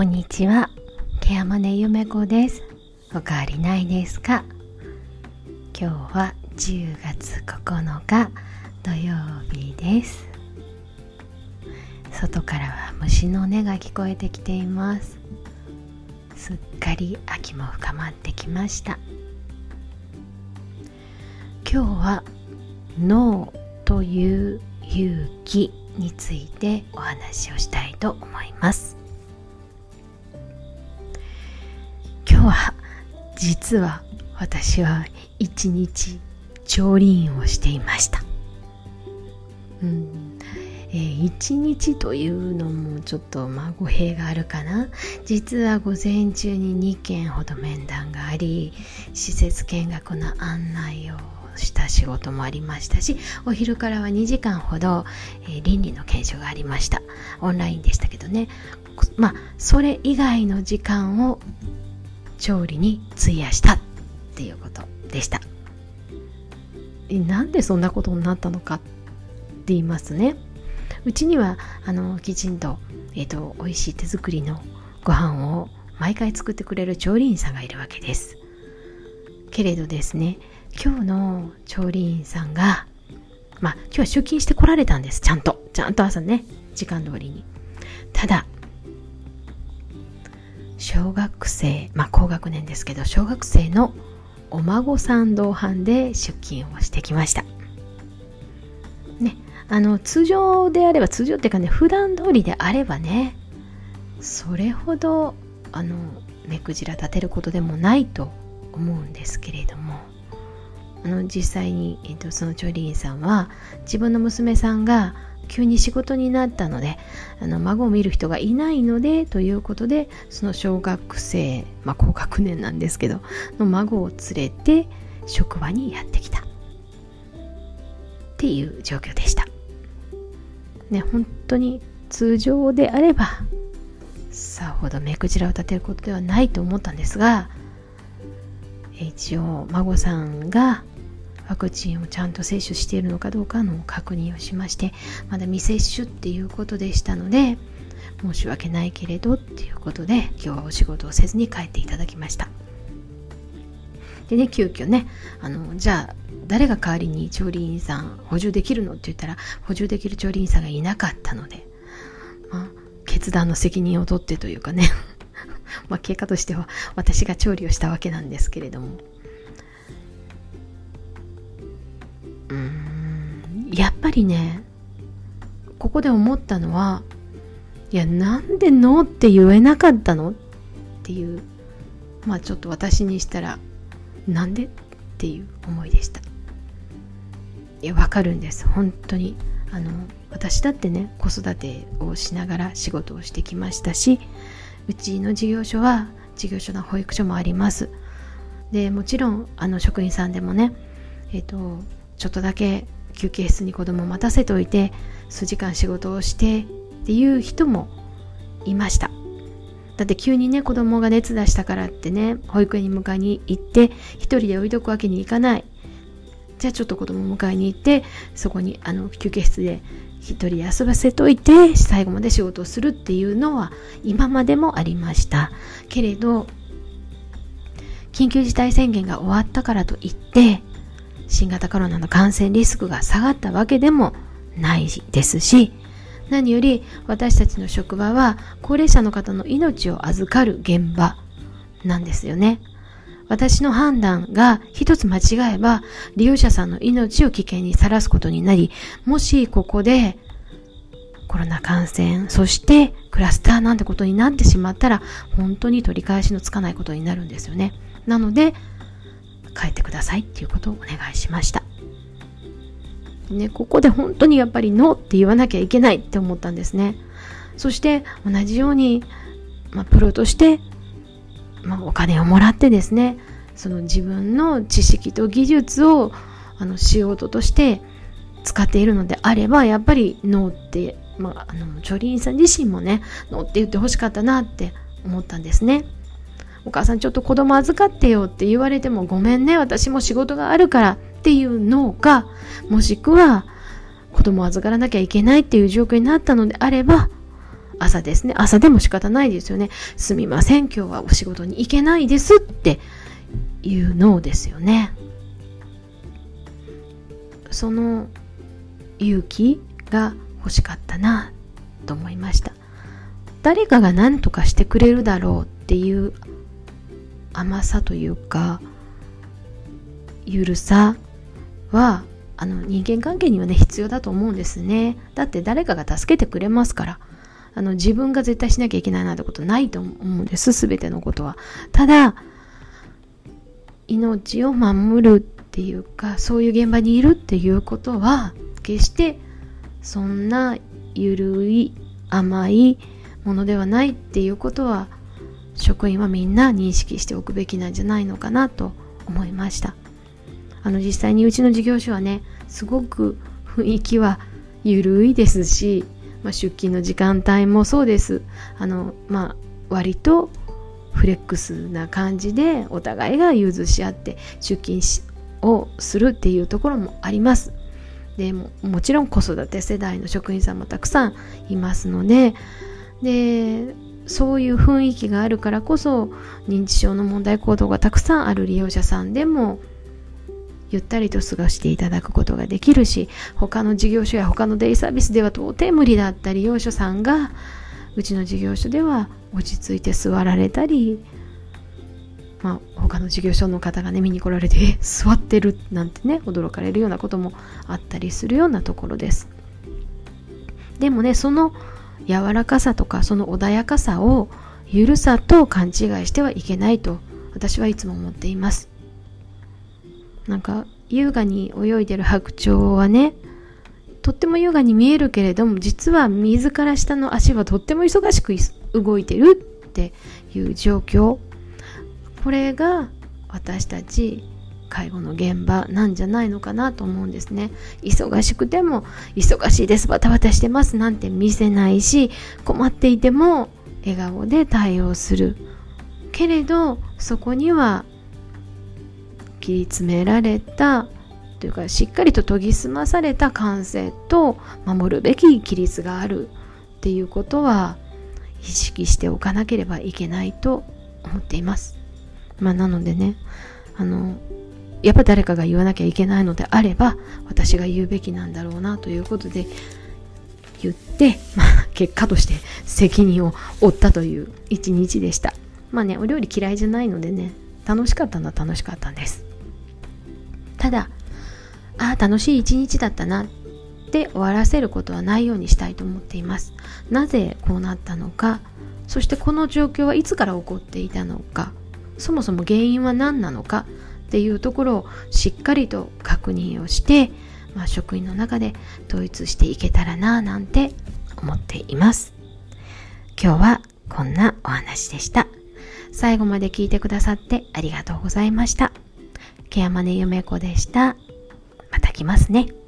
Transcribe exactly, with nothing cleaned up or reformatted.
こんにちは、ケアマネゆめこです。おかわりないですか？今日はじゅうがつここのか土曜日です。外からは虫の音が聞こえてきています。すっかり秋も深まってきました。今日はノーという勇気についてお話をしたいと思います。今日は実は私は一日調理員をしていました。うんえー、一日というのもちょっとまあ語弊があるかな。実は午前中ににけんほど面談があり、施設見学の案内をした仕事もありましたし、お昼からはにじかんほど、えー、倫理の研修がありました。オンラインでしたけどね。まあそれ以外の時間を調理に費やしたっていうことでした。なんでそんなことになったのかって言いますね、うちにはあのきちんと、えーと、美味しい手作りのご飯を毎回作ってくれる調理員さんがいるわけです。けれどですね、今日の調理員さんがまあ今日は出勤してこられたんです。ちゃんとちゃんと朝ね、時間通りに。ただ小学生、まあ高学年ですけど、小学生のお孫さん同伴で出勤をしてきましたね。あの通常であれば、通常っていうかね、普段通りであればね、それほどあの目くじら立てることでもないと思うんですけれども、あの実際に、えっと、その調理員さんは自分の娘さんが急に仕事になったので、あの孫を見る人がいないのでということで、その小学生、まあ高学年なんですけどの孫を連れて職場にやってきたっていう状況でしたね。本当に通常であればさほど目くじらを立てることではないと思ったんですが、一応孫さんがワクチンをちゃんと接種しているのかどうかの確認をしまして、まだ未接種っていうことでしたので、申し訳ないけれどっていうことで今日はお仕事をせずに帰っていただきました。でね、急遽ね、あのじゃあ誰が代わりに調理員さん補充できるのって言ったら、補充できる調理員さんがいなかったので、まあ、決断の責任を取ってというかねまあ結果としては私が調理をしたわけなんですけれども、うーんやっぱりね、ここで思ったのは、いやなんでノーって言えなかったのっていう、まあちょっと私にしたらなんでっていう思いでした。いやわかるんです、本当に。あの私だってね、子育てをしながら仕事をしてきましたし、うちの事業所は事業所の保育所もあります。でもちろんあの職員さんでもね、えっとちょっとだけ休憩室に子供を待たせておいて数時間仕事をしてっていう人もいました。だって急にね、子供が熱出したからってね、保育園に迎えに行って一人で置いとくわけにいかない。じゃあちょっと子供を迎えに行って、そこにあの休憩室で一人遊ばせといて最後まで仕事をするっていうのは今までもありましたけれど、緊急事態宣言が終わったからといって新型コロナの感染リスクが下がったわけでもないですし、何より私たちの職場は高齢者の方の命を預かる現場なんですよね。私の判断が一つ間違えば利用者さんの命を危険にさらすことになり、もしここでコロナ感染、そしてクラスターなんてことになってしまったら本当に取り返しのつかないことになるんですよね。なので帰ってくださいっていうことをお願いしましたね。ここで本当にやっぱりノーって言わなきゃいけないって思ったんですね。そして同じように、まあ、プロとしてまあ、お金をもらってですね、その自分の知識と技術をあの仕事として使っているのであれば、やっぱりノーって、まあ、あの調理員さん自身もね、ノーって言ってほしかったなって思ったんですね。お母さんちょっと子供預かってよって言われても、ごめんね、私も仕事があるからっていうノーか、もしくは子供を預からなきゃいけないっていう状況になったのであれば、 朝ですね。朝でも仕方ないですよね。すみません、今日はお仕事に行けないですっていうのですよね。その勇気が欲しかったなと思いました。誰かが何とかしてくれるだろうっていう甘さというかゆるさはあの人間関係にはね必要だと思うんですね。だって誰かが助けてくれますから、あの自分が絶対しなきゃいけないなんてことないと思うんです、すべてのことは。ただ命を守るっていうか、そういう現場にいるっていうことは決してそんなゆるい甘いものではないっていうことは職員はみんな認識しておくべきなんじゃないのかなと思いました。あの実際にうちの事業所はねすごく雰囲気はゆるいですし、まあ、出勤の時間帯もそうです。あのまあ割とフレックスな感じでお互いが融通し合って出勤しをするっていうところもあります。で も, もちろん子育て世代の職員さんもたくさんいますので、でそういう雰囲気があるからこそ認知症の問題行動がたくさんある利用者さんでもゆったりと過ごしていただくことができるし、他の事業所や他のデイサービスでは到底無理だった利用者さんがうちの事業所では落ち着いて座られたり、まあ、他の事業所の方がね見に来られてえ座ってるなんてね驚かれるようなこともあったりするようなところです。でもねその柔らかさとかその穏やかさをゆるさと勘違いしてはいけないと私はいつも思っています。なんか優雅に泳いでる白鳥はねとっても優雅に見えるけれども、実は水から下の足はとっても忙しく動いてるっていう状況、これが私たち介護の現場なんじゃないのかなと思うんですね。忙しくても忙しいですバタバタしてますなんて見せないし、困っていても笑顔で対応するけれど、そこには切り詰められたというかしっかりと研ぎ澄まされた感性と守るべき規律があるっていうことは意識しておかなければいけないと思っています。まあなのでね、あのやっぱ誰かが言わなきゃいけないのであれば私が言うべきなんだろうなということで言って、まあ、結果として責任を負ったという一日でした。まあねお料理嫌いじゃないのでね楽しかったのは楽しかったんです。ただああ楽しい一日だったなって終わらせることはないようにしたいと思っています。なぜこうなったのか、そしてこの状況はいつから起こっていたのか、そもそも原因は何なのかっていうところをしっかりと確認をして、まあ、職員の中で統一していけたらななんて思っています。今日はこんなお話でした。最後まで聞いてくださってありがとうございました。ケアマネゆめこでした。また来ますね。